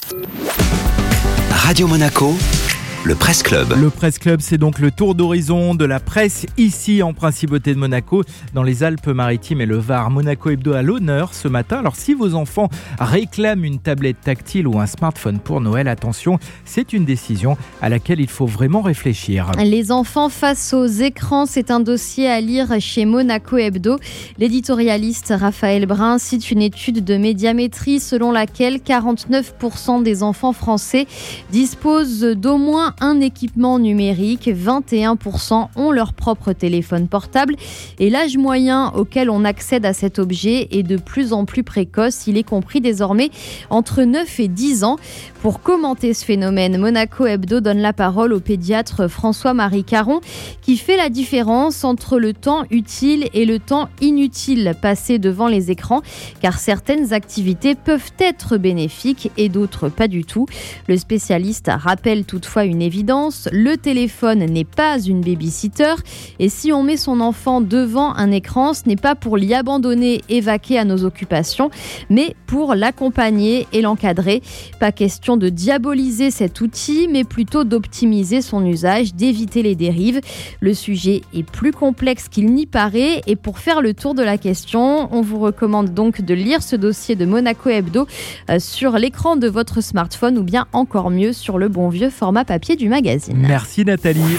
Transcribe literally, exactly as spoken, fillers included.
Radio Monaco, le Presse Club. Le Presse Club, c'est donc le tour d'horizon de la presse ici en Principauté de Monaco, dans les Alpes-Maritimes et le Var. Monaco Hebdo à l'honneur ce matin. Alors si vos enfants réclament une tablette tactile ou un smartphone pour Noël, attention, c'est une décision à laquelle il faut vraiment réfléchir. Les enfants face aux écrans, c'est un dossier à lire chez Monaco Hebdo. L'éditorialiste Raphaël Brun cite une étude de médiamétrie selon laquelle quarante-neuf pour cent des enfants français disposent d'au moins un équipement numérique, vingt et un pour cent ont leur propre téléphone portable et l'âge moyen auquel on accède à cet objet est de plus en plus précoce. Il est compris désormais entre neuf et dix ans. Pour commenter ce phénomène, Monaco Hebdo donne la parole au pédiatre François-Marie Caron qui fait la différence entre le temps utile et le temps inutile passé devant les écrans, car certaines activités peuvent être bénéfiques et d'autres pas du tout. Le spécialiste rappelle toutefois une évidence, le téléphone n'est pas une baby-sitter et si on met son enfant devant un écran, ce n'est pas pour l'y abandonner et vaquer à nos occupations, mais pour l'accompagner et l'encadrer. Pas question de diaboliser cet outil, mais plutôt d'optimiser son usage, d'éviter les dérives. Le sujet est plus complexe qu'il n'y paraît et pour faire le tour de la question, on vous recommande donc de lire ce dossier de Monaco Hebdo euh, sur l'écran de votre smartphone ou bien encore mieux sur le bon vieux format papier du magazine. Merci Nathalie.